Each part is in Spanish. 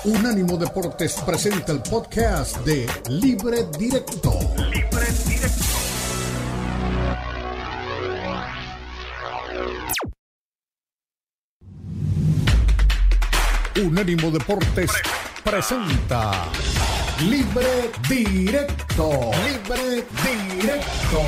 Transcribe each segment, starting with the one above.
Unánimo Deportes presenta el podcast de Libre Directo. Libre Directo. Unánimo Deportes presenta Libre Directo. Libre Directo.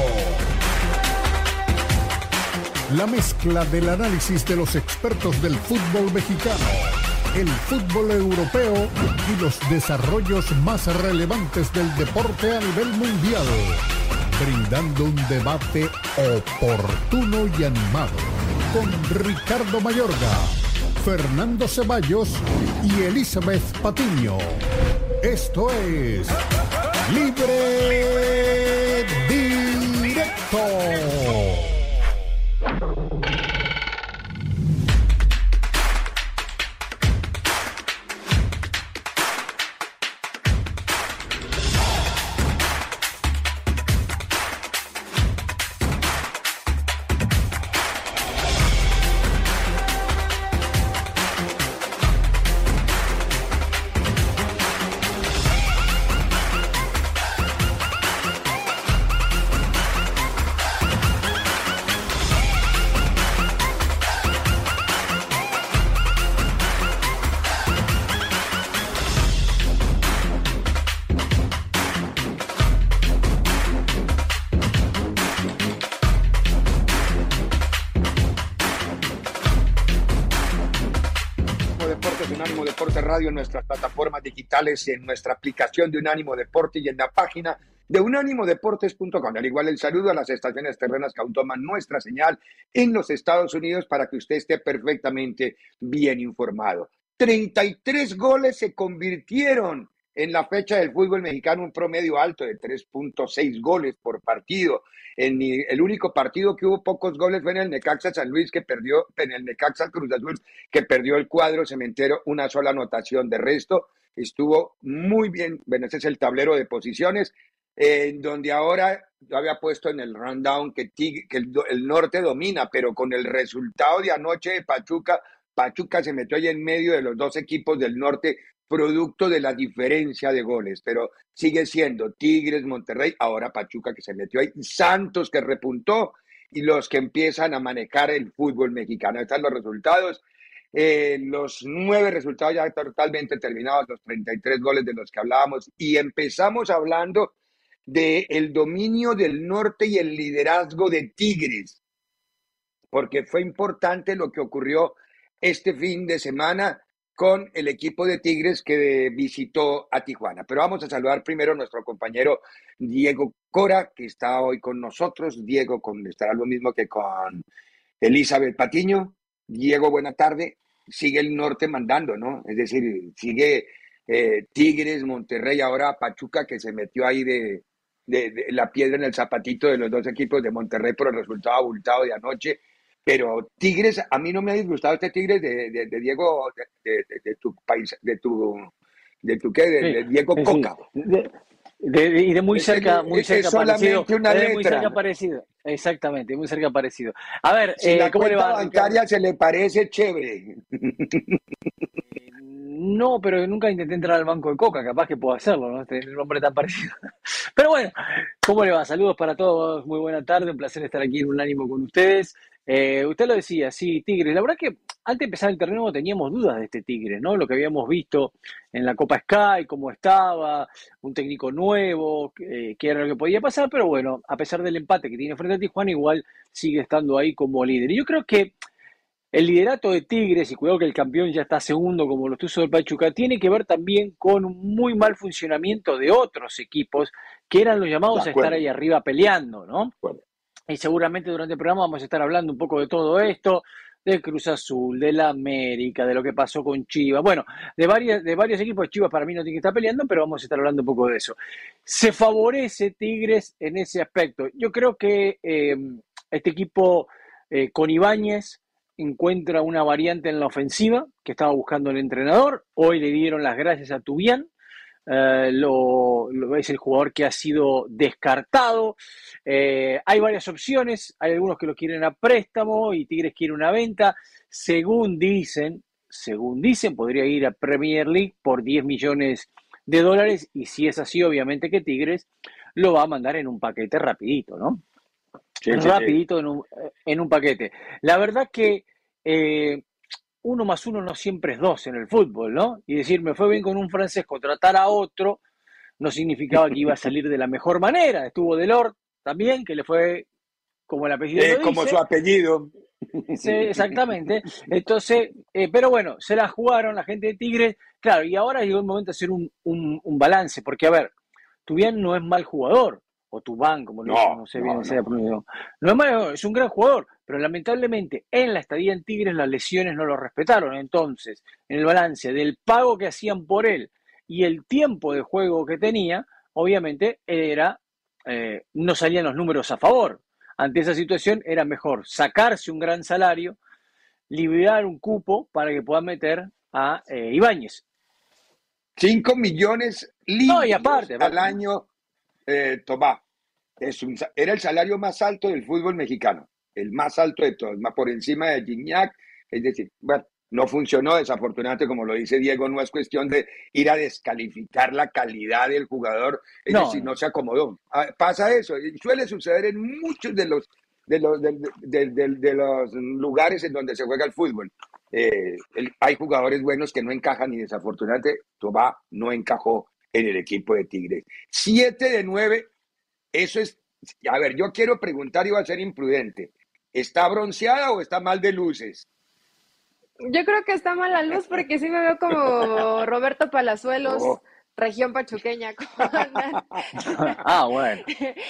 La mezcla del análisis de los expertos del fútbol mexicano, el fútbol europeo y los desarrollos más relevantes del deporte a nivel mundial, brindando un debate oportuno y animado con Ricardo Mayorga, Fernando Ceballos y Elizabeth Patiño. Esto es Libre Directo. Radio en nuestras plataformas digitales, en nuestra aplicación de Unánimo Deporte y en la página de unánimodeportes.com. Al igual, el saludo a las estaciones terrenas que aún toman nuestra señal en los Estados Unidos para que usted esté perfectamente bien informado. 33 goles se convirtieron en la fecha del fútbol mexicano, un promedio alto de 3.6 goles por partido. El único partido que hubo pocos goles fue en el Necaxa San Luis, que perdió, en el Necaxa Cruz Azul, que perdió el cuadro cementero, una sola anotación. De resto, estuvo muy bien. Bueno, ese es el tablero de posiciones, donde ahora yo había puesto en el rundown que el norte domina, pero con el resultado de anoche de Pachuca se metió ahí en medio de los dos equipos del norte, producto de la diferencia de goles, pero sigue siendo Tigres, Monterrey, ahora Pachuca que se metió ahí, Santos que repuntó y los que empiezan a manejar el fútbol mexicano. Están los resultados, los 9 resultados ya totalmente terminados, los 33 goles de los que hablábamos, y empezamos hablando del dominio del norte y el liderazgo de Tigres, porque fue importante lo que ocurrió este fin de semana con el equipo de Tigres que visitó a Tijuana. Pero vamos a saludar primero a nuestro compañero Diego Cora, que está hoy con nosotros. Diego estará lo mismo que con Elizabeth Patiño. Diego, buena tarde. Sigue el norte mandando, ¿no? Es decir, sigue Tigres, Monterrey, ahora Pachuca, que se metió ahí de la piedra en el zapatito de los dos equipos de Monterrey por el resultado abultado de anoche. Pero Tigres, a mí no me ha disgustado este Tigres de Diego, de tu país, de Diego Coca. Y de muy cerca, es solamente parecido. Una letra. Muy cerca parecido, exactamente, muy cerca parecido. A ver, si la ¿cómo cuenta le va, bancaria Ricardo? Se le parece chévere. No, pero nunca intenté entrar al banco de Coca, capaz que puedo hacerlo, ¿no? Tener un nombre tan parecido. Pero bueno, ¿cómo le va? Saludos para todos, muy buena tarde, un placer estar aquí en Unánimo con ustedes. Usted lo decía, sí, Tigres. La verdad que antes de empezar el torneo teníamos dudas de este Tigres, ¿no? Lo que habíamos visto en la Copa Sky, cómo estaba, un técnico nuevo, qué era lo que podía pasar, pero bueno, a pesar del empate que tiene frente a Tijuana, igual sigue estando ahí como líder. Y yo creo que el liderato de Tigres, y cuidado que el campeón ya está segundo como lo estuvo el Pachuca, tiene que ver también con un muy mal funcionamiento de otros equipos que eran los llamados a estar ahí arriba peleando, ¿no? Y seguramente durante el programa vamos a estar hablando un poco de todo esto, del Cruz Azul, de la América, de lo que pasó con Chivas, bueno, de varios equipos. Chivas para mí no tiene que estar peleando, pero vamos a estar hablando un poco de eso. Se favorece Tigres en ese aspecto. Yo creo que este equipo con Ibáñez encuentra una variante en la ofensiva que estaba buscando el entrenador. Hoy le dieron las gracias a Tubián. Es el jugador que ha sido descartado. Hay varias opciones, hay algunos que lo quieren a préstamo y Tigres quiere una venta. Según dicen, según dicen, podría ir a Premier League por 10 millones de dólares, y si es así, obviamente que Tigres lo va a mandar en un paquete rapidito, ¿no? Sí, sí, sí. Rapidito en un paquete. La verdad que uno más uno no siempre es dos en el fútbol, ¿no? Y decir, me fue bien con un francés, contratar a otro, no significaba que iba a salir de la mejor manera. Estuvo Delort también, que le fue como el apellido lo Como su dice. apellido. Sí, exactamente. Entonces, pero bueno, se la jugaron la gente de Tigres. Claro, y ahora llegó el momento de hacer un balance, porque a ver, Tubián no es mal jugador, o Tubán, como lo dicen, No, no sé bien no, esa no. pronunciación. No es mal, es un gran jugador, pero lamentablemente en la estadía en Tigres las lesiones no lo respetaron. Entonces, en el balance del pago que hacían por él y el tiempo de juego que tenía, obviamente no salían los números a favor. Ante esa situación era mejor sacarse un gran salario, liberar un cupo para que puedan meter a Ibáñez. 5 millones No, y limpios aparte, al aparte, año, Tomás. Era el salario más alto del fútbol mexicano, el más alto de todos, más por encima de Gignac. Es decir, bueno, no funcionó, desafortunadamente, como lo dice Diego, no es cuestión de ir a descalificar la calidad del jugador, es no, decir, no. no se acomodó. Pasa eso, y suele suceder en muchos de los lugares en donde se juega el fútbol. Hay jugadores buenos que no encajan, y desafortunadamente Tobá no encajó en el equipo de Tigres. 7 de 9, eso es. A ver, yo quiero preguntar y voy a ser imprudente. ¿Está bronceada o está mal de luces? Yo creo que está mal la luz porque sí me veo como Roberto Palazuelos, Oh. región pachuqueña. ¿Cómo andan? Ah, bueno.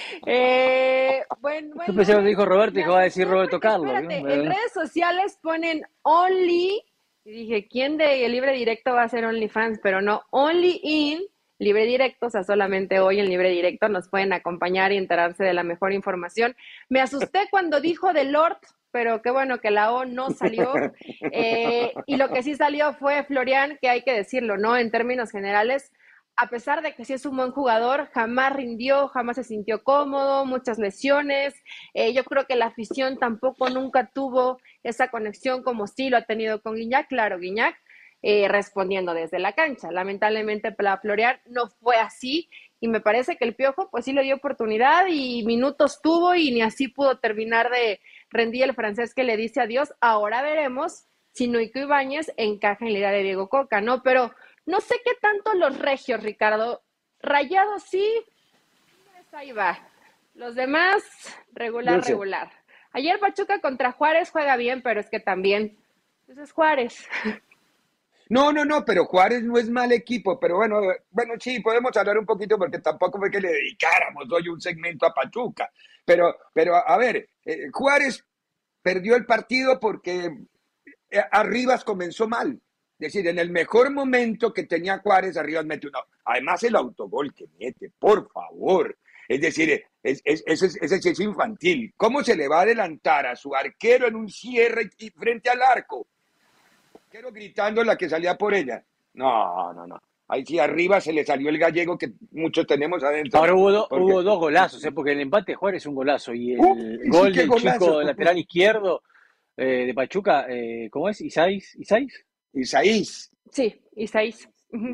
Yo Buen pensé que lunes. dijo Roberto y Me que va a decir asusté Roberto porque, Carlos, ¿vio? espérate, en redes sociales ponen Only, y dije, ¿quién de Libre Directo va a ser OnlyFans? Pero no, Only in Libre Directo, o sea, solamente hoy en Libre Directo nos pueden acompañar y enterarse de la mejor información. Me asusté cuando dijo de Lord, pero qué bueno que la O no salió. Y lo que sí salió fue Florian, que hay que decirlo, ¿no? En términos generales, a pesar de que sí es un buen jugador, jamás rindió, jamás se sintió cómodo, muchas lesiones. Yo creo que la afición tampoco nunca tuvo esa conexión como sí lo ha tenido con Guiñac. Claro, Guiñac respondiendo desde la cancha. Lamentablemente para Florian no fue así, y me parece que el Piojo pues sí le dio oportunidad y minutos tuvo, y ni así pudo terminar de rendir el francés, que le dice adiós. Ahora veremos si Nico Ibáñez encaja en la idea de Diego Coca, ¿no? Pero no sé qué tanto los regios, Ricardo. Rayados sí, pues ahí va. Los demás, regular, Yo sé. regular. Ayer Pachuca contra Juárez juega bien, pero es que también, pues es Juárez. No, no, no, pero Juárez no es mal equipo, pero bueno, sí, podemos hablar un poquito porque tampoco fue que le dedicáramos hoy un segmento a Pachuca, pero a ver, Juárez perdió el partido porque Arribas comenzó mal. Es decir, en el mejor momento que tenía Juárez, Arribas mete uno. Además, el autogol que mete, por favor. Es decir, ese sí es infantil. ¿Cómo se le va a adelantar a su arquero en un cierre y frente al arco? Arquero gritando la que salía por ella. No, no, no. Ahí sí arriba se le salió el gallego que muchos tenemos adentro. Ahora hubo Porque, dos golazos, porque el empate de Juárez es un golazo, y el sí, gol qué del chico golazo. lateral izquierdo de Pachuca, ¿cómo es? ¿Isais? ¿Isais? Isaís. Sí, Isaís.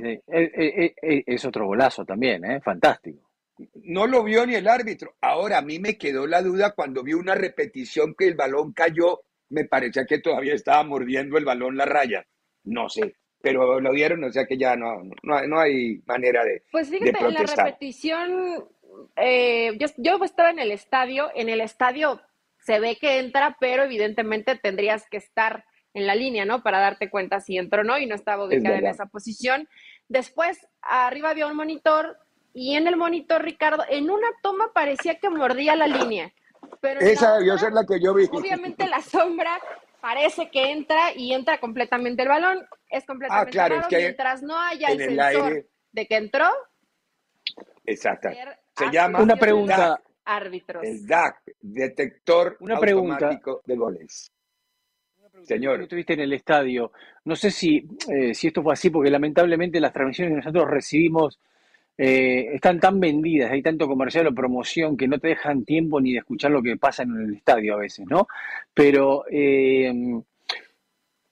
Es otro golazo también, fantástico. No lo vio ni el árbitro. Ahora, a mí me quedó la duda cuando vi una repetición que el balón cayó. Me parecía que todavía estaba mordiendo el balón la raya. No sé, pero lo dieron, o sea que ya no hay manera Pues de fíjate, en la protestar. repetición, yo estaba en el estadio se ve que entra, pero evidentemente tendrías que estar en la línea, ¿no? Para darte cuenta si entró o no, y no estaba Es ubicada en verdad. esa posición. Después, arriba había un monitor, y en el monitor, Ricardo, en una toma parecía que mordía la línea, pero en la Esa debió otra, ser la que yo vi. obviamente la sombra parece que entra, y entra completamente el balón. Es Ah, completamente claro, es raro. que Mientras no haya en el el sensor aire, de que entró, exacto. ser Se hasta llama Una decisiones pregunta, DAC, árbitros. el DAC, detector una pregunta. automático de goles. Vos que Señor. estuviste en el estadio, no sé si esto fue así, porque lamentablemente las transmisiones que nosotros recibimos están tan vendidas, hay tanto comercial o promoción que no te dejan tiempo ni de escuchar lo que pasa en el estadio a veces, ¿no? Pero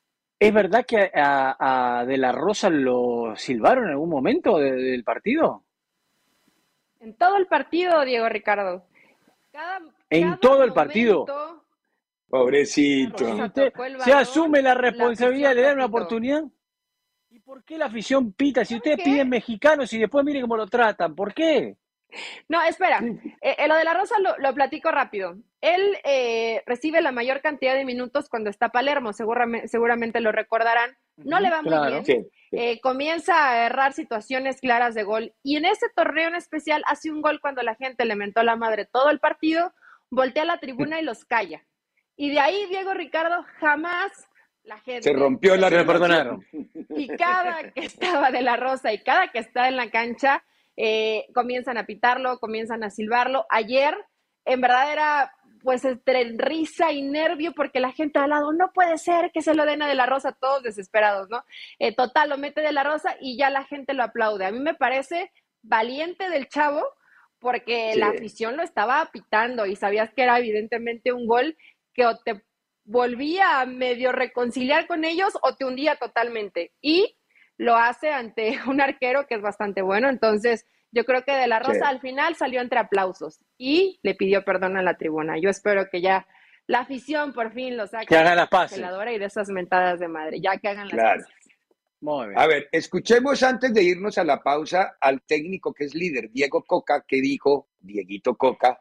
¿Es verdad que a De la Rosa lo silbaron en algún momento del partido? En todo el partido, Diego Ricardo. Cada, En cada todo el partido. momento Pobrecito. Rosa Usted tocó el se balón, asume la la responsabilidad, afición le lo dan una pitó. oportunidad. ¿Y por qué la afición pita? Si ¿Sabe ustedes qué? piden mexicanos y después miren cómo lo tratan, ¿por qué? No, espera. Lo de la Rosa lo platico rápido. Él recibe la mayor cantidad de minutos cuando está Palermo, seguramente lo recordarán. No le va muy Claro. bien. Sí. Comienza a errar situaciones claras de gol. Y en ese torneo en especial hace un gol cuando la gente le mentó la madre todo el partido, voltea a la tribuna y los calla. Y de ahí, Diego Ricardo, jamás la gente Se rompió la Se lo relación. perdonaron. y cada que estaba De la Rosa y cada que está en la cancha, comienzan a pitarlo, comienzan a silbarlo. Ayer, en verdad, era pues entre risa y nervio porque la gente al lado, no puede ser que se lo den a De la Rosa, todos desesperados, ¿no? Total, lo mete De la Rosa y ya la gente lo aplaude. A mí me parece valiente del chavo porque Sí. la afición lo estaba pitando y sabías que era evidentemente un gol que o te volvía a medio reconciliar con ellos o te hundía totalmente. Y lo hace ante un arquero que es bastante bueno. Entonces, yo creo que De la Rosa Sí. al final salió entre aplausos y le pidió perdón a la tribuna. Yo espero que ya la afición por fin lo saque Que hagan de las la paces. congeladora y de esas mentadas de madre. Ya que hagan las Claro. paces. Muy bien. A ver, escuchemos antes de irnos a la pausa al técnico que es líder, Diego Coca, que dijo, Dieguito Coca,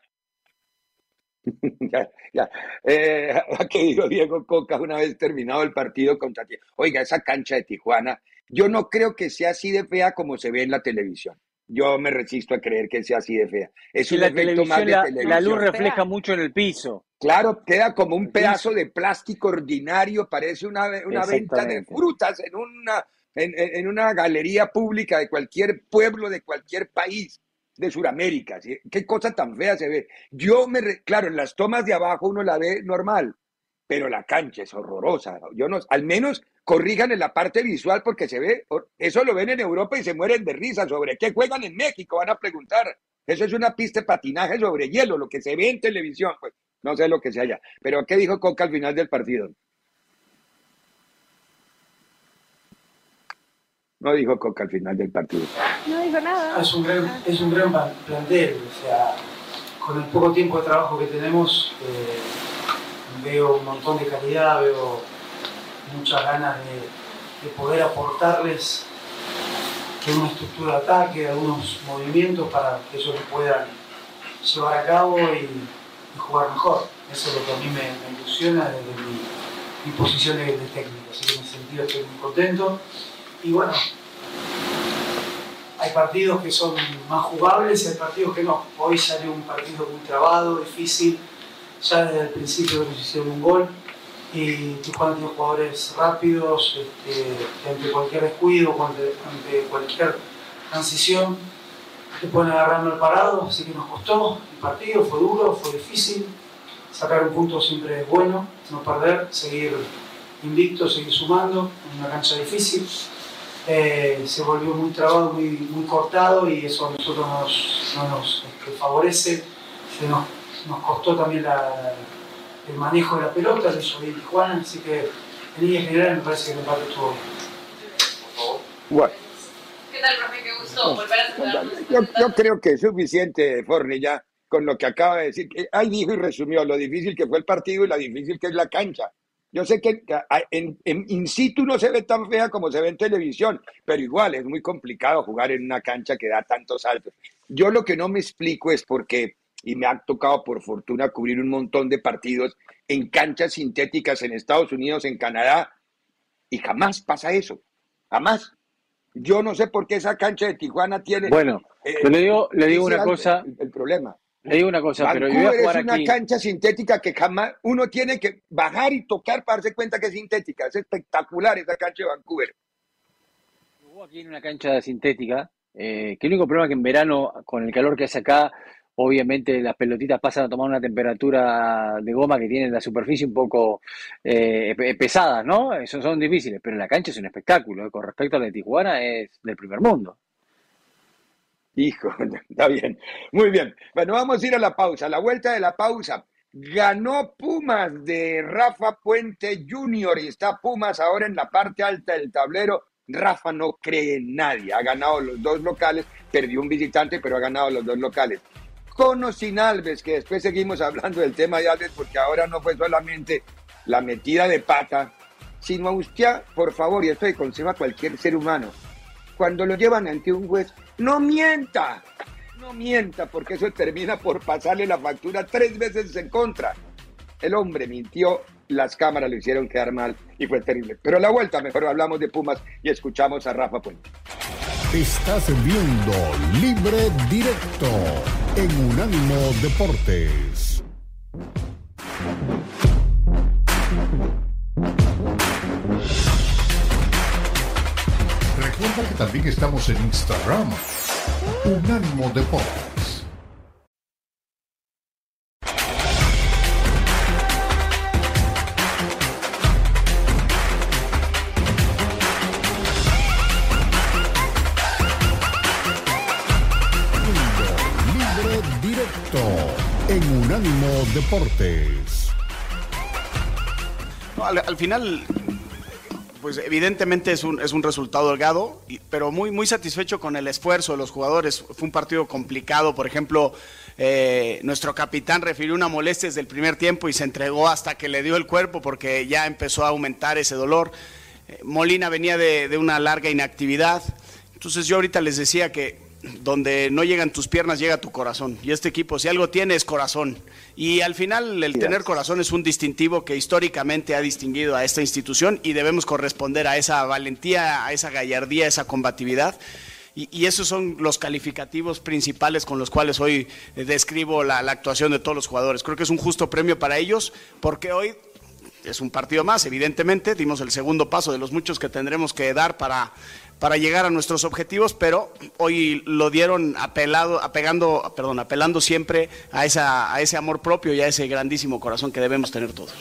que dijo Diego Coca una vez terminado el partido contra Tijuana. Oiga, esa cancha de Tijuana, yo no creo que sea así de fea como se ve en la televisión. Yo me resisto a creer que sea así de fea. Es Que un la efecto más televisión, de la televisión. luz Fea. refleja mucho en el piso. Claro, queda como un El pedazo piso. de plástico ordinario, parece una venta de Exactamente. frutas en una galería pública de cualquier pueblo, de cualquier país de Sudamérica. ¿Sí? Qué cosa tan fea se ve. Claro, en las tomas de abajo uno la ve normal, pero la cancha es horrorosa. Yo no, al menos corrijan en la parte visual porque se ve, eso lo ven en Europa y se mueren de risa. ¿Sobre qué juegan en México? Van a preguntar. Eso es una pista de patinaje sobre hielo, lo que se ve en televisión. Pues no sé lo que sea allá. Pero ¿qué dijo Coca al final del partido? No dijo Coca al final del partido. No dijo nada. Es un gran plantel, o sea, con el poco tiempo de trabajo que tenemos, veo un montón de calidad, veo muchas ganas de poder aportarles una estructura de ataque, algunos movimientos para que ellos lo puedan llevar a cabo y jugar mejor. Eso es lo que a mí me ilusiona desde mi posición de técnico, así que en ese sentido estoy muy contento. Y bueno, hay partidos que son más jugables y hay partidos que no. Hoy salió un partido muy trabado, difícil, ya desde el principio nos hicieron un gol y Tijuana tiene jugadores rápidos, que ante cualquier descuido, ante cualquier transición, te ponen agarrando el parado, así que nos costó el partido, fue duro, fue difícil. Sacar un punto siempre es bueno, no perder, seguir invicto, seguir sumando en una cancha difícil. Se volvió muy trabado, muy cortado y eso a nosotros no nos favorece. Nos costó también el manejo de la pelota, lo hizo bien Tijuana, así que en línea general me parece que el empate estuvo bien. Bueno. ¿Qué tal, profe? Qué gusto volver a saludarnos. Yo creo que es suficiente, Forni, ya con lo que acaba de decir. Ahí dijo y resumió lo difícil que fue el partido y lo difícil que es la cancha. Yo sé que in situ no se ve tan fea como se ve en televisión, pero igual es muy complicado jugar en una cancha que da tantos saltos. Yo lo que no me explico es por qué, y me ha tocado por fortuna cubrir un montón de partidos en canchas sintéticas en Estados Unidos, en Canadá, y jamás pasa eso, jamás. Yo no sé por qué esa cancha de Tijuana tiene... Bueno, yo le digo una cosa. El problema. Le digo una cosa, pero yo Vancouver voy a jugar es una aquí. cancha sintética que jamás uno tiene que bajar y tocar para darse cuenta que es sintética. Es espectacular esa cancha de Vancouver. Jugó aquí en una cancha sintética, que el único problema es que en verano, con el calor que hace acá, obviamente las pelotitas pasan a tomar una temperatura de goma que tiene la superficie un poco pesada, ¿no? Esos son difíciles, pero la cancha es un espectáculo. Con respecto a la de Tijuana, es del primer mundo. Hijo, está bien. Muy bien. Bueno, vamos a ir a la pausa. A la vuelta de la pausa, Ganó Pumas de Rafa Puente Jr. y está Pumas ahora en la parte alta del tablero. Rafa no cree en nadie. Ha ganado los 2 locales, perdió un visitante, pero ha ganado los 2 locales. Con o sin Alves, que después seguimos hablando del tema de Alves, porque ahora no fue solamente la metida de pata, sino usted, por favor, y esto le consejo a cualquier ser humano, cuando lo llevan ante un juez, no mienta, porque eso termina por pasarle la factura 3 veces en contra. El hombre mintió, las cámaras lo hicieron quedar mal y fue terrible. Pero a la vuelta mejor hablamos de Pumas y escuchamos a Rafa Puente. Estás viendo Libre Directo en Unánimo Deportes. Recuerda que también estamos en Instagram, Unánimo Deportes. Libre Directo en Unánimo Deportes. No, al final, pues evidentemente es un resultado holgado, pero muy satisfecho con el esfuerzo de los jugadores. Fue un partido complicado, por ejemplo, nuestro capitán refirió una molestia desde el primer tiempo y se entregó hasta que le dio el cuerpo porque ya empezó a aumentar ese dolor. Molina venía de una larga inactividad, entonces yo ahorita les decía que donde no llegan tus piernas llega tu corazón, y este equipo si algo tiene es corazón, y al final el tener corazón es un distintivo que históricamente ha distinguido a esta institución y debemos corresponder a esa valentía, a esa gallardía, a esa combatividad, y esos son los calificativos principales con los cuales hoy describo la actuación de todos los jugadores. Creo que es un justo premio para ellos porque hoy es un partido más, evidentemente dimos el segundo paso de los muchos que tendremos que dar para llegar a nuestros objetivos, pero hoy lo dieron apelando siempre a ese amor propio y a ese grandísimo corazón que debemos tener todos.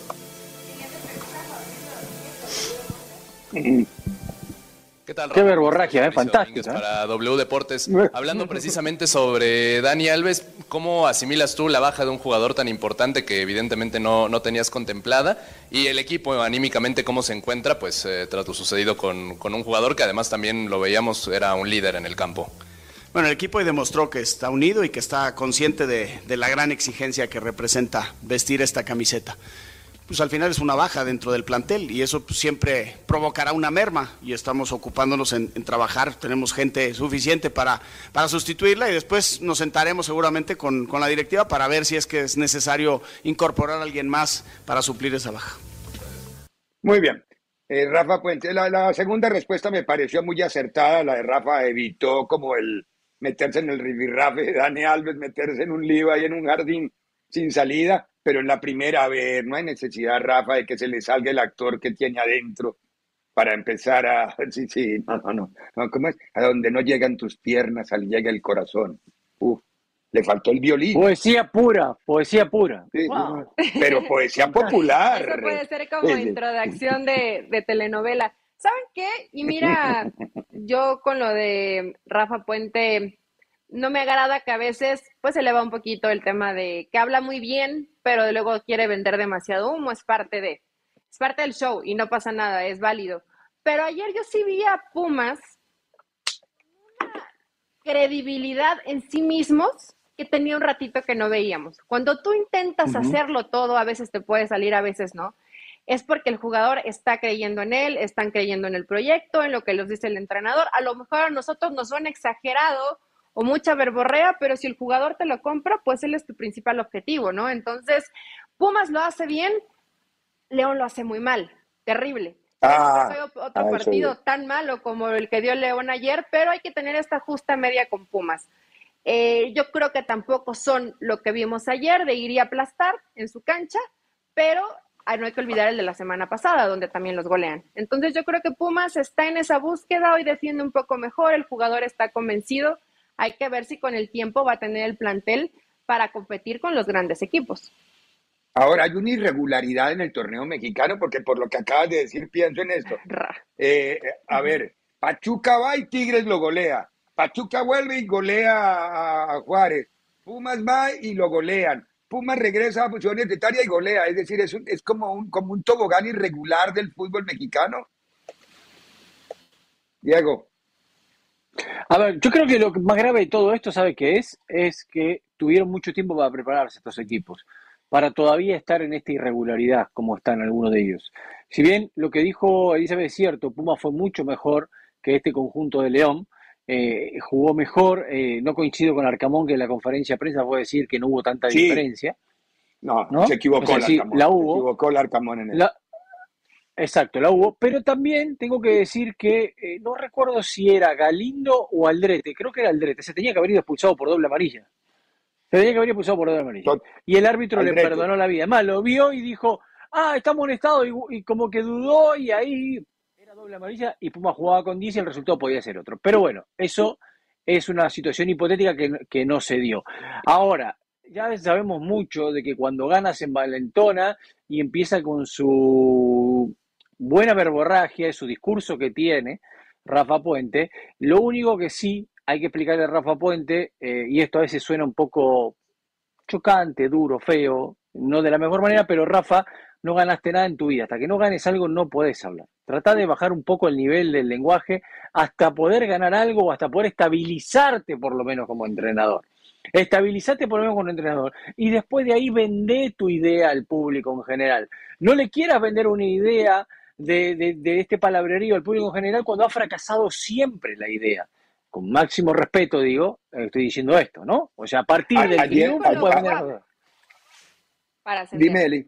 ¿Qué tal, Qué verborragia, fantástica. Para W Deportes. Hablando precisamente sobre Dani Alves, ¿cómo asimilas tú la baja de un jugador tan importante que evidentemente no tenías contemplada? Y el equipo anímicamente, ¿cómo se encuentra? Pues tras lo sucedido con un jugador que además también lo veíamos, era un líder en el campo. Bueno, el equipo hoy demostró que está unido y que está consciente de la gran exigencia que representa vestir esta camiseta. Pues al final es una baja dentro del plantel y eso pues siempre provocará una merma y estamos ocupándonos en trabajar, tenemos gente suficiente para sustituirla y después nos sentaremos seguramente con la directiva para ver si es que es necesario incorporar a alguien más para suplir esa baja. Muy bien. Rafa Puente, la segunda respuesta me pareció muy acertada, la de Rafa evitó como el meterse en el rifirrafe de Dani Alves, meterse en un lío ahí en un jardín sin salida. Pero en la primera vez no hay necesidad, Rafa, de que se le salga el actor que tiene adentro para empezar a... Sí, no, ¿cómo es? A donde no llegan tus piernas, al llega el corazón. Le faltó el violín. Poesía pura. Sí, wow. Pero poesía popular. Eso puede ser como introducción de telenovela. ¿Saben qué? Y mira, yo con lo de Rafa Puente... No me agrada que a veces pues se le va un poquito el tema de que habla muy bien, pero luego quiere vender demasiado humo, es parte del show y no pasa nada, es válido. Pero ayer yo sí vi a Pumas una credibilidad en sí mismos que tenía un ratito que no veíamos. Cuando tú intentas hacerlo todo, a veces te puede salir, a veces no. Es porque el jugador está creyendo en él, están creyendo en el proyecto, en lo que les dice el entrenador. A lo mejor a nosotros nos suena exagerado o mucha verborrea, pero si el jugador te lo compra, pues él es tu principal objetivo, ¿no? Entonces, Pumas lo hace bien, León lo hace muy mal, terrible. Otro partido tan malo como el que dio León ayer, pero hay que tener esta justa media con Pumas. Yo creo que tampoco son lo que vimos ayer, de ir y aplastar en su cancha, pero no hay que olvidar el de la semana pasada, donde también los golean. Entonces yo creo que Pumas está en esa búsqueda, hoy defiende un poco mejor, el jugador está convencido. Hay que ver si con el tiempo va a tener el plantel para competir con los grandes equipos. Ahora, hay una irregularidad en el torneo mexicano, porque por lo que acabas de decir, pienso en esto. A ver, Pachuca va y Tigres lo golea. Pachuca vuelve y golea a Juárez. Pumas va y lo golean. Pumas regresa a posición identitaria y golea. Es decir, es como un tobogán irregular del fútbol mexicano. Diego. A ver, yo creo que lo más grave de todo esto, ¿sabe qué es? Es que tuvieron mucho tiempo para prepararse estos equipos, para todavía estar en esta irregularidad como están algunos de ellos. Si bien lo que dijo Elizabeth es cierto, Puma fue mucho mejor que este conjunto de León, jugó mejor, no coincido con Arcamón que en la conferencia de prensa fue decir que no hubo tanta Sí. diferencia. No, ¿No? se equivocó O sea, el sí, Arcamón. la Se hubo. equivocó el Arcamón en eso. Exacto, la hubo, pero también tengo que decir que no recuerdo si era Galindo o Aldrete, creo que era Aldrete, se tenía que haber ido expulsado por doble amarilla. Se tenía que haber expulsado por doble amarilla. Y el árbitro le Aldrete. perdonó la vida. Además, lo vio y dijo, está amonestado, y como que dudó, y ahí era doble amarilla, y Puma jugaba con 10 y el resultado podía ser otro. Pero bueno, eso es una situación hipotética que no se dio. Ahora, ya sabemos mucho de que cuando gana se envalentona y empieza con su buena verborragia y su discurso que tiene Rafa Puente. Lo único que sí hay que explicarle a Rafa Puente, y esto a veces suena un poco chocante, duro, feo, no de la mejor manera, pero Rafa, no ganaste nada en tu vida. Hasta que no ganes algo no podés hablar. Tratá de bajar un poco el nivel del lenguaje hasta poder ganar algo o hasta poder estabilizarte por lo menos como entrenador. Estabilizate por lo menos como entrenador y después de ahí vendé tu idea al público en general. No le quieras vender una idea de este palabrerío al público en general cuando ha fracasado siempre la idea. Con máximo respeto digo, estoy diciendo esto, ¿no? O sea, a partir del triunfo puede vender. Para ascender. Dime, Eli.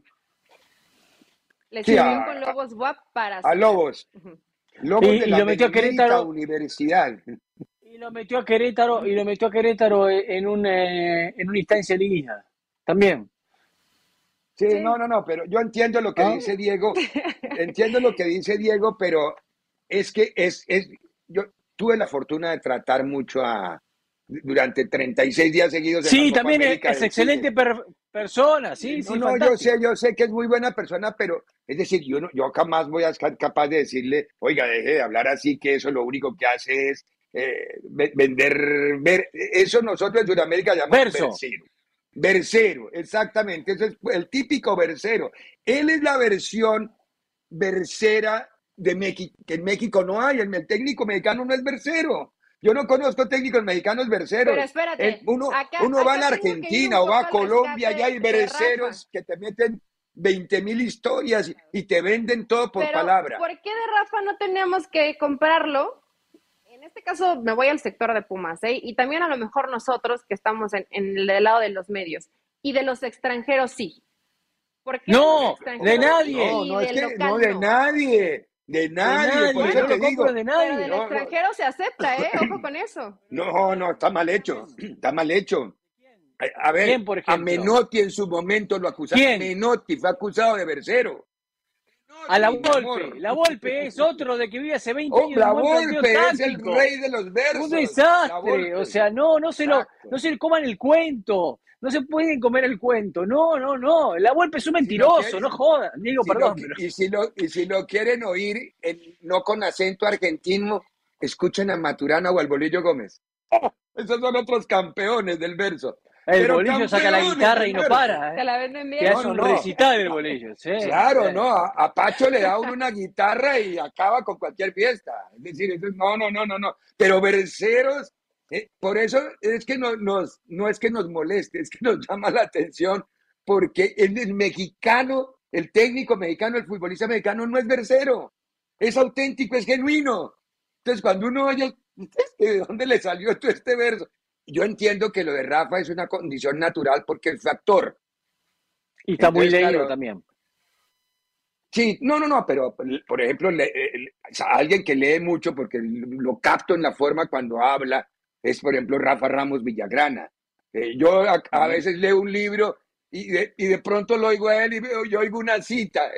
Le Sí, sirvió con Lobos WAP para a Lobos. Lobos Y de la lo metió a Benemérita Querétaro. Universidad. Y lo metió a Querétaro en una instancia liguilla. También. Sí, no, pero yo entiendo lo que dice Diego. Entiendo lo que dice Diego, pero es que yo tuve la fortuna de tratar mucho durante 36 días seguidos en Sí, la Copa también América es del excelente persona, sí, sí, fantástico. yo sé que es muy buena persona, pero es decir, yo jamás voy a ser capaz de decirle, oiga, deje de hablar así, que eso lo único que hace es eso nosotros en Sudamérica llamamos versero, exactamente, eso es el típico versero. Él es la versión versera de México, que en México no hay, el técnico mexicano no es versero. Yo no conozco técnicos mexicanos verseros. Pero espérate, uno va a la Argentina o va a Colombia y hay verseros que te meten 20,000 historias y te venden todo por palabra. ¿Por qué de Rafa no tenemos que comprarlo? En este caso me voy al sector de Pumas, y también a lo mejor nosotros que estamos en el lado de los medios y de los extranjeros sí. ¿Por qué no, de nadie. No, es que no de nadie. De nadie, por eso te digo. De nadie. Pero del extranjero se acepta, ojo con eso. No, está mal hecho. Está mal hecho. A ver, ¿Quién, por ejemplo? a Menotti en su momento lo acusaron. ¿Quién? Menotti fue acusado de versero. A la Volpe. La Volpe es otro de que vive hace 20 años. La Volpe es el rey de los versos. Un desastre. O sea, no se le coman el cuento. No se pueden comer el cuento. No. La Volpe es un mentiroso, no jodan. Digo, perdón. Y si lo quieren oír, no con acento argentino, escuchen a Maturana o al Bolillo Gómez. Esos son otros campeones del verso. El Bolillo saca la guitarra y no para. Se la venden bien. Que hace un recital el Bolillo. Sí, claro, no. A Pacho le da una guitarra y acaba con cualquier fiesta. Es decir, no. Pero verseros, por eso es que no es que nos moleste, es que nos llama la atención, porque el mexicano, el técnico mexicano, el futbolista mexicano no es versero. Es auténtico, es genuino. Entonces, cuando uno oye, ¿de dónde le salió todo este verso? Yo entiendo que lo de Rafa es una condición natural porque él fue actor. Y está muy leído también. Sí, no, pero por ejemplo, alguien que lee mucho, porque lo capto en la forma cuando habla, es por ejemplo Rafa Ramos Villagrana. Yo a veces leo un libro y de pronto lo oigo a él y yo oigo una cita.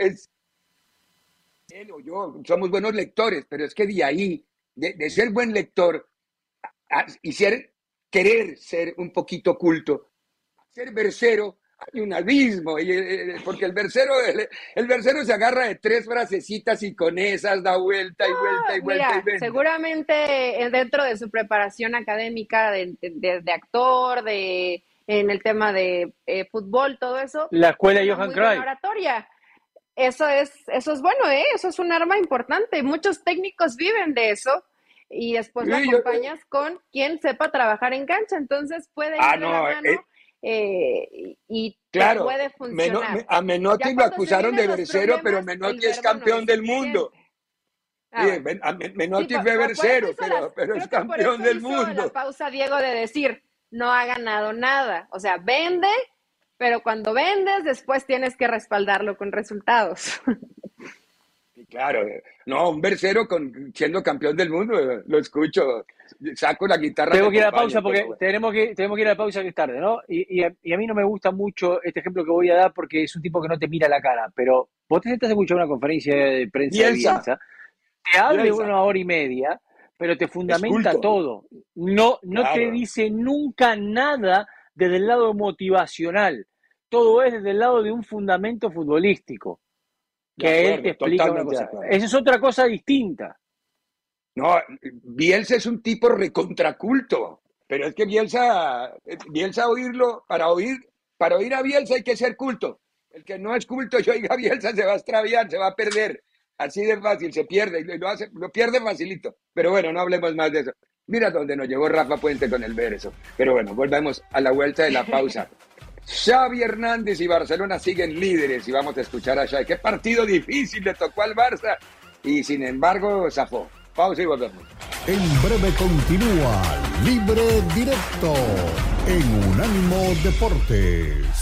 Él o yo somos buenos lectores, pero es que de ahí, de ser buen lector y querer ser un poquito culto, ser versero, hay un abismo, porque el versero se agarra de 3 frasecitas y con esas da vuelta y vuelta y vuelta. Mira, seguramente dentro de su preparación académica de actor, de en el tema de fútbol, todo eso. La escuela Una Johan muy buena Cruyff. oratoria. Eso es bueno, eso es un arma importante. Muchos técnicos viven de eso y después lo acompañas con quien sepa trabajar en cancha, entonces puede ir de la mano y claro, puede funcionar. A Menotti lo acusaron de versero, pero Menotti es campeón del mundo. Menotti fue versero, pero es campeón del mundo. La pausa, Diego, de decir, no ha ganado nada. O sea, vende, pero cuando vendes, después tienes que respaldarlo con resultados. Claro, no, un versero siendo campeón del mundo, lo escucho, saco la guitarra. Tengo que ir a la pausa porque tenemos que ir a la pausa que es tarde, ¿no? Y a mí no me gusta mucho este ejemplo que voy a dar porque es un tipo que no te mira la cara, pero vos te sentás a escuchar una conferencia de prensa de Bielsa, te habla 1 hora y media, pero te fundamenta todo. No claro. Te dice nunca nada desde el lado motivacional, todo es desde el lado de un fundamento futbolístico. Que él te explica una cosa. Esa es otra cosa distinta. No, Bielsa es un tipo recontraculto, pero es que Bielsa oírlo, para oír a Bielsa hay que ser culto. El que no es culto y oiga a Bielsa se va a extraviar, se va a perder. Así de fácil, se pierde, y lo pierde facilito. Pero bueno, no hablemos más de eso. Mira dónde nos llevó Rafa Puente con el verso. Pero bueno, volvemos a la vuelta de la pausa. Xavi Hernández y Barcelona siguen líderes y vamos a escuchar a Xavi. Qué partido difícil le tocó al Barça y sin embargo zafó. Pausa y volvemos. En breve continúa Libre Directo en Unánimo Deportes.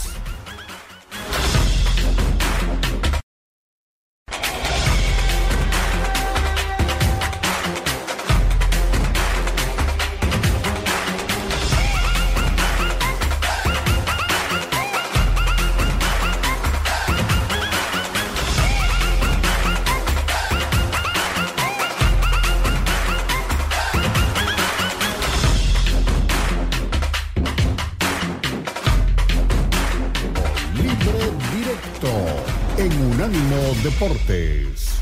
Deportes.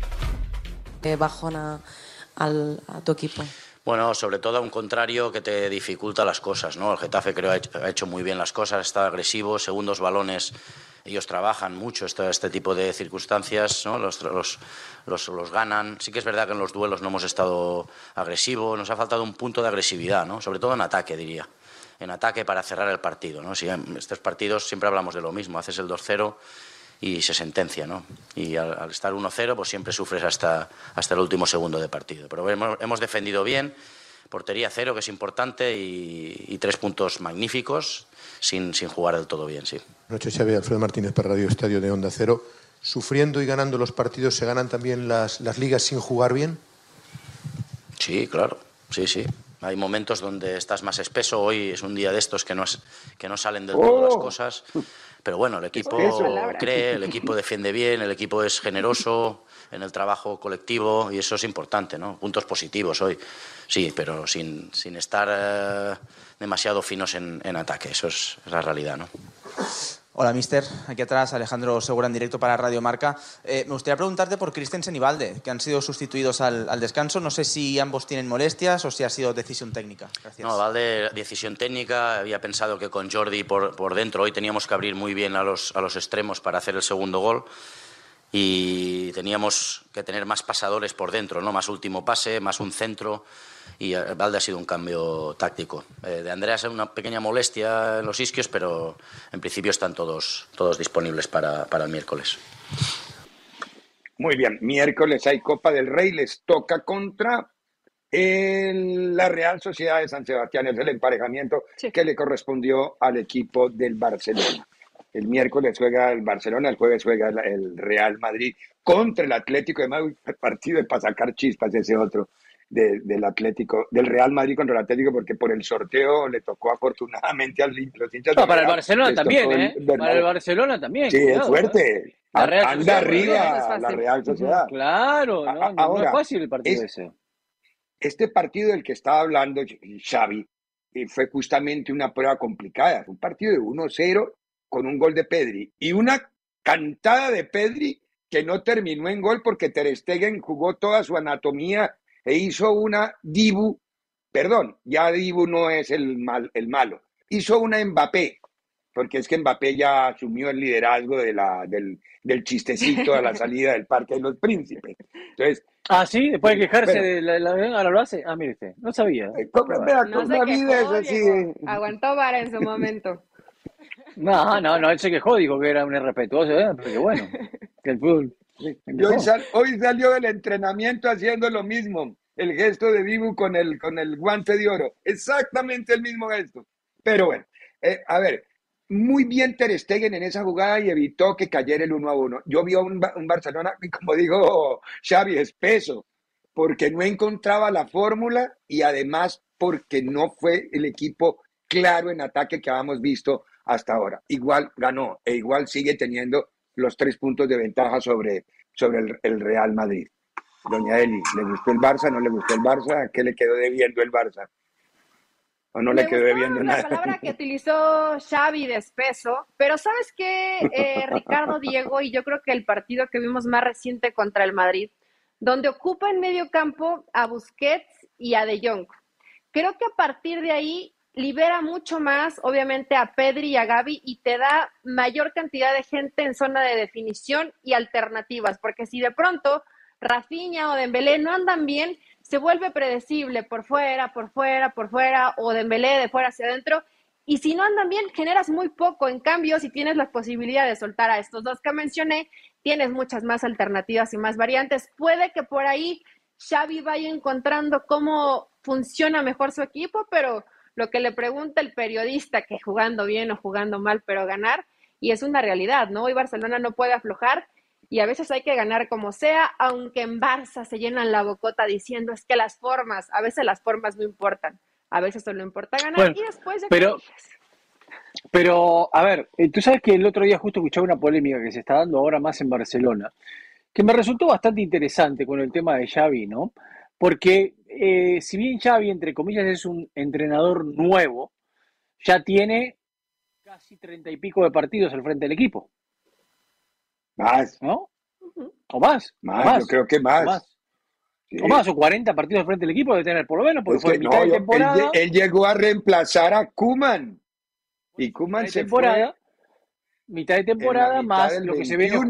Bajona a tu equipo. Bueno, sobre todo a un contrario que te dificulta las cosas, ¿no? El Getafe creo ha hecho muy bien las cosas, está agresivo, segundos balones, ellos trabajan mucho este tipo de circunstancias, ¿no? Los ganan. Sí que es verdad que en los duelos no hemos estado agresivos, nos ha faltado un punto de agresividad, ¿no? Sobre todo en ataque, diría. En ataque para cerrar el partido, ¿no? Si en estos partidos siempre hablamos de lo mismo, haces el 2-0 y se sentencia, ¿no? Y al estar 1-0, pues siempre sufres hasta el último segundo de partido. Pero hemos defendido bien, portería 0, que es importante, y 3 puntos magníficos, sin jugar del todo bien, sí. Buenas noches, Xavi. Alfredo Martínez para Radio Estadio de Onda Cero. ¿Sufriendo y ganando los partidos se ganan también las ligas sin jugar bien? Sí, claro, sí. Hay momentos donde estás más espeso. Hoy es un día de estos que no salen del todo las cosas. Pero bueno, el equipo cree, el equipo defiende bien, el equipo es generoso en el trabajo colectivo y eso es importante, ¿no? Puntos positivos hoy, sí, pero sin estar demasiado finos en ataque. Eso es la realidad, ¿no? Hola, mister. Aquí atrás, Alejandro Segura en directo para Radio Marca. Me gustaría preguntarte por Christensen y Balde, que han sido sustituidos al descanso. No sé si ambos tienen molestias o si ha sido decisión técnica. Gracias. No, Balde, decisión técnica. Había pensado que con Jordi por dentro hoy teníamos que abrir muy bien a los extremos para hacer el segundo gol. Y teníamos que tener más pasadores por dentro, ¿no? Más último pase, más un centro. Y Balde ha sido un cambio táctico. De Andreas una pequeña molestia en los isquios, pero en principio están todos disponibles para el miércoles. Muy bien, miércoles hay Copa del Rey, les toca contra la Real Sociedad de San Sebastián. Es el emparejamiento que le correspondió al equipo del Barcelona. El miércoles juega el Barcelona, el jueves juega el Real Madrid contra el Atlético de Madrid. El partido es para sacar chispas ese otro. Del Real Madrid contra el Atlético, porque por el sorteo le tocó afortunadamente a los hinchas. No, para el Barcelona también, para el Barcelona también. Sí, cuidado, es fuerte. Anda arriba la Real Sociedad. Claro, no es fácil el partido ese. Este partido del que estaba hablando Xavi fue justamente una prueba complicada. Fue un partido de 1-0 con un gol de Pedri y una cantada de Pedri que no terminó en gol porque Ter Stegen jugó toda su anatomía e hizo una Dibu, perdón, ya Dibu no es el malo, hizo una Mbappé, porque es que Mbappé ya asumió el liderazgo del chistecito a la salida del Parque de los Príncipes. Entonces, sí, después de quejarse pero, ahora lo hace. Mire usted, no sabía. No se la vida es quejó, así. Diego. Aguantó vara en su momento. No, él se quejó, dijo que era un irrespetuoso, porque bueno, que el fútbol. Y hoy salió del entrenamiento haciendo lo mismo, el gesto de Dibu con el guante de oro, exactamente el mismo gesto. Pero bueno, a ver, muy bien Ter Stegen en esa jugada y evitó que cayera el 1-1. Yo vi a un Barcelona, como dijo Xavi, espeso, porque no encontraba la fórmula y además porque no fue el equipo claro en ataque que habíamos visto hasta ahora. Igual ganó e igual sigue teniendo los 3 puntos de ventaja sobre el Real Madrid. Doña Eli, ¿le gustó el Barça? ¿No le gustó el Barça? ¿A qué le quedó debiendo el Barça? ¿O no le quedó debiendo nada? La palabra que utilizó Xavi de espeso, pero ¿sabes qué, Ricardo, Diego? Y yo creo que el partido que vimos más reciente contra el Madrid, donde ocupa en medio campo a Busquets y a De Jong. Creo que a partir de ahí libera mucho más, obviamente, a Pedri y a Gavi y te da mayor cantidad de gente en zona de definición y alternativas, porque si de pronto Rafinha o Dembélé no andan bien, se vuelve predecible por fuera, o Dembélé de fuera hacia adentro, y si no andan bien, generas muy poco. En cambio, si tienes la posibilidad de soltar a estos dos que mencioné, tienes muchas más alternativas y más variantes. Puede que por ahí Xavi vaya encontrando cómo funciona mejor su equipo, pero lo que le pregunta el periodista, que jugando bien o jugando mal, pero ganar, y es una realidad, ¿no? Hoy Barcelona no puede aflojar y a veces hay que ganar como sea, aunque en Barça se llenan la bocota diciendo es que a veces las formas no importan, a veces solo importa ganar, Bueno, y después de pero, a ver, tú sabes que el otro día justo escuchaba una polémica que se está dando ahora más en Barcelona, que me resultó bastante interesante con el tema de Xavi, ¿no? Porque si bien Xavi, entre comillas, es un entrenador nuevo, ya tiene casi 30 y pico de partidos al frente del equipo. Más. ¿No? O más. Yo creo que más. Sí. O más, o 40 partidos al frente del equipo debe tener, por lo menos, porque Es fue que mitad de temporada. Él llegó a reemplazar a Koeman. Y Koeman se fue. Mitad de temporada más lo que se viene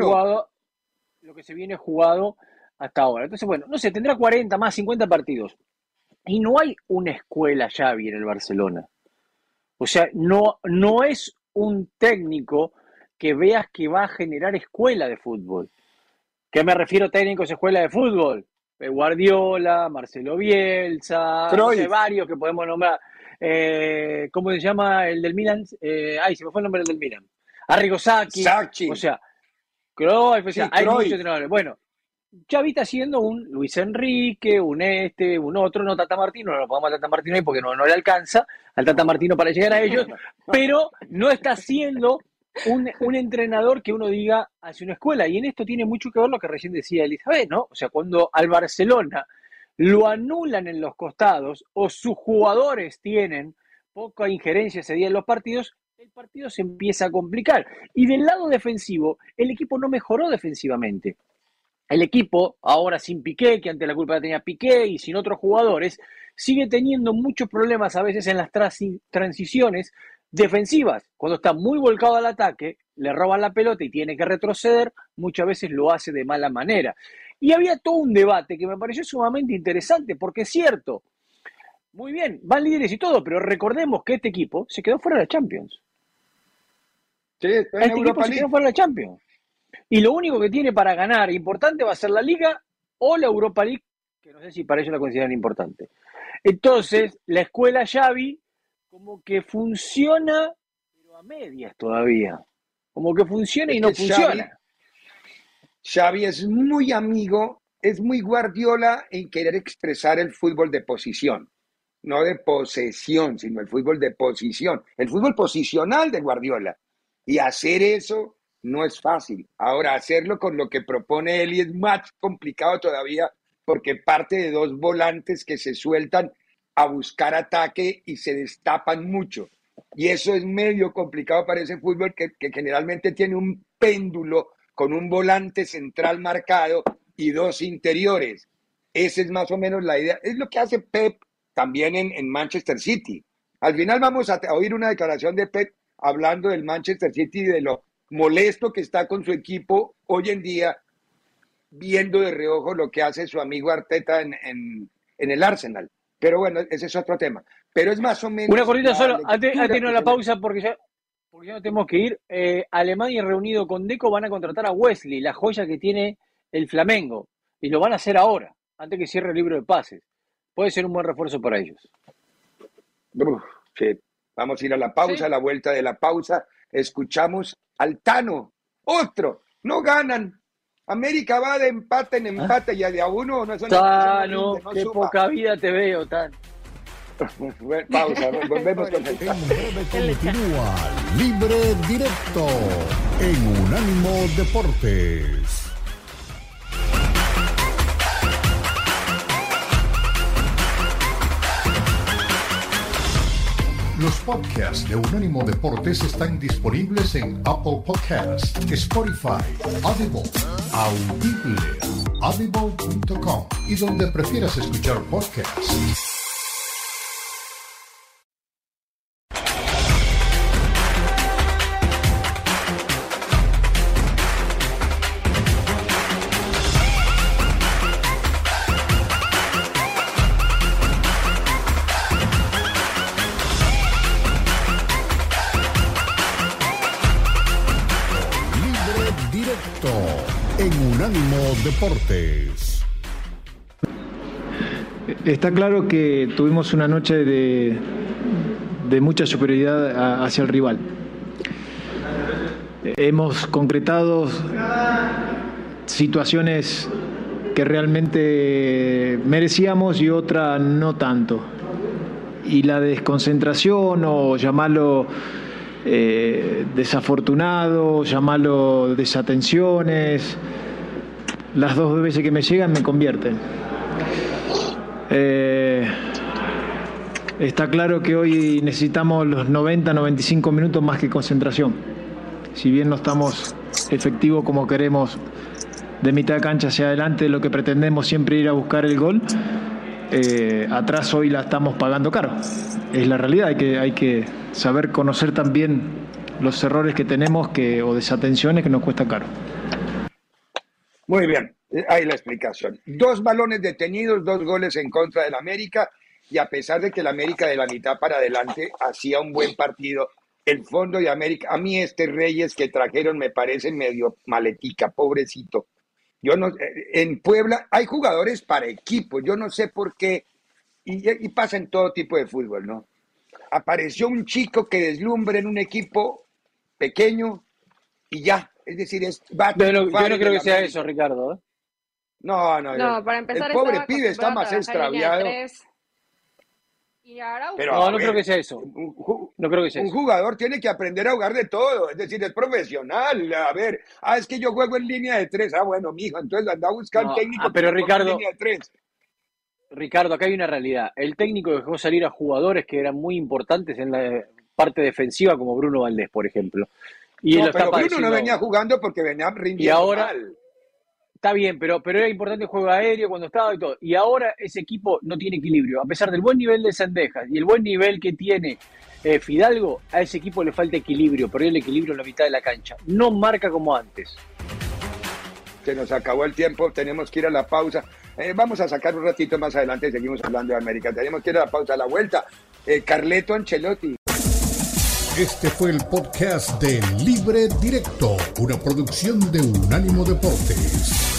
jugado hasta ahora. Entonces, bueno, no sé, tendrá 40 más 50 partidos. Y no hay una escuela Xavi en el Barcelona. O sea, no es un técnico que veas que va a generar escuela de fútbol. ¿Qué me refiero técnicos escuela de fútbol? Guardiola, Marcelo Bielsa, no sé, varios que podemos nombrar. ¿Cómo se llama el del Milan? Se me fue el nombre del Milan. Arrigo Sacchi. O sea, Cruyff, hay muchos entrenadores. Bueno, Xavi está haciendo un Luis Enrique, un otro, no Tata Martino, no lo podemos a Tata Martino ahí porque no le alcanza al Tata Martino para llegar a ellos, pero no está haciendo un entrenador que uno diga hace una escuela, y en esto tiene mucho que ver lo que recién decía Elizabeth, ¿no? O sea, cuando al Barcelona lo anulan en los costados o sus jugadores tienen poca injerencia ese día en los partidos, el partido se empieza a complicar. Y del lado defensivo, el equipo no mejoró defensivamente. El equipo, ahora sin Piqué, que antes la culpa la tenía Piqué, y sin otros jugadores, sigue teniendo muchos problemas a veces en las transiciones defensivas. Cuando está muy volcado al ataque, le roban la pelota y tiene que retroceder, muchas veces lo hace de mala manera. Y había todo un debate que me pareció sumamente interesante, porque es cierto, muy bien, van líderes y todo, pero recordemos que este equipo se quedó fuera de la Champions. Sí, está en Europa League. Se quedó fuera de la Champions. Y lo único que tiene para ganar importante va a ser la Liga o la Europa League, que no sé si para ellos la consideran importante. Entonces, la escuela Xavi como que funciona, pero a medias todavía. Como que funciona y no funciona. Xavi es muy amigo, es muy Guardiola en querer expresar el fútbol de posición. No de posesión, sino el fútbol de posición. El fútbol posicional de Guardiola. Y hacer eso no es fácil. Ahora, hacerlo con lo que propone él y es más complicado todavía porque parte de dos volantes que se sueltan a buscar ataque y se destapan mucho. Y eso es medio complicado para ese fútbol que generalmente tiene un péndulo con un volante central marcado y dos interiores. Esa es más o menos la idea. Es lo que hace Pep también en Manchester City. Al final vamos a oír una declaración de Pep hablando del Manchester City y de lo molesto que está con su equipo hoy en día, viendo de reojo lo que hace su amigo Arteta en el Arsenal. Pero bueno, ese es otro tema. Pero es más o menos... Una cortita solo, antes de la pausa, porque ya no tenemos que ir. Alemania reunido con Deco van a contratar a Wesley, la joya que tiene el Flamengo. Y lo van a hacer ahora, antes que cierre el libro de pases. Puede ser un buen refuerzo para ellos. Sí. Vamos a ir a la pausa, a la vuelta de la pausa. Escuchamos al Tano. Otro. No ganan. América va de empate en empate y de a uno no es una Tano, qué poca vida te veo, Tano. Pausa, volvemos con el Tano. En breve continúa Libre Directo en Unánimo Deportes. Los podcasts de Unánimo Deportes están disponibles en Apple Podcasts, Spotify, Audible, audible.com y donde prefieras escuchar podcasts. En Unánimo Deportes. Está claro que tuvimos una noche de mucha superioridad hacia el rival. Hemos concretado situaciones que realmente merecíamos y otra no tanto. Y la desconcentración, o llamarlo desafortunado, llamarlo desatenciones, las dos veces que me llegan me convierten. Está claro que hoy necesitamos los 90-95 minutos más que concentración. Si bien no estamos efectivos como queremos de mitad de cancha hacia adelante, lo que pretendemos siempre ir a buscar el gol, atrás hoy la estamos pagando caro. Es la realidad, hay que saber conocer también los errores que tenemos o desatenciones que nos cuesta caro. Muy bien, ahí la explicación. 2 balones detenidos, 2 goles en contra del América, y a pesar de que el América de la mitad para adelante hacía un buen partido, el fondo de América, a mí Reyes que trajeron me parece medio maletica, pobrecito. Yo no, en Puebla hay jugadores para equipo, yo no sé por qué, y pasa en todo tipo de fútbol, ¿no? Apareció un chico que deslumbra en un equipo pequeño y ya, es decir, yo no creo que sea eso, Ricardo, ¿eh? No, para empezar, el pobre pibe está más extraviado. Pero no creo que sea eso. No creo que sea un jugador tiene que aprender a jugar de todo, es decir, es profesional. A ver, es que yo juego en línea de 3. Bueno, mijo, entonces anda a buscar el técnico pero Ricardo, en línea de 3. Ricardo, acá hay una realidad. El técnico dejó salir a jugadores que eran muy importantes en la parte defensiva, como Bruno Valdés, por ejemplo. Pero Bruno no venía jugando porque venía rindiendo y ahora, mal. Está bien, pero era importante el juego aéreo cuando estaba y todo. Y ahora ese equipo no tiene equilibrio. A pesar del buen nivel de Cendejas y el buen nivel que tiene Fidalgo, a ese equipo le falta equilibrio. Perdió el equilibrio en la mitad de la cancha. No marca como antes. Se nos acabó el tiempo, tenemos que ir a la pausa. Vamos a sacar un ratito más adelante, seguimos hablando de América. Tenemos que ir a la pausa, a la vuelta. Carleto Ancelotti. Este fue el podcast de Libre Directo, una producción de Unánimo Deportes.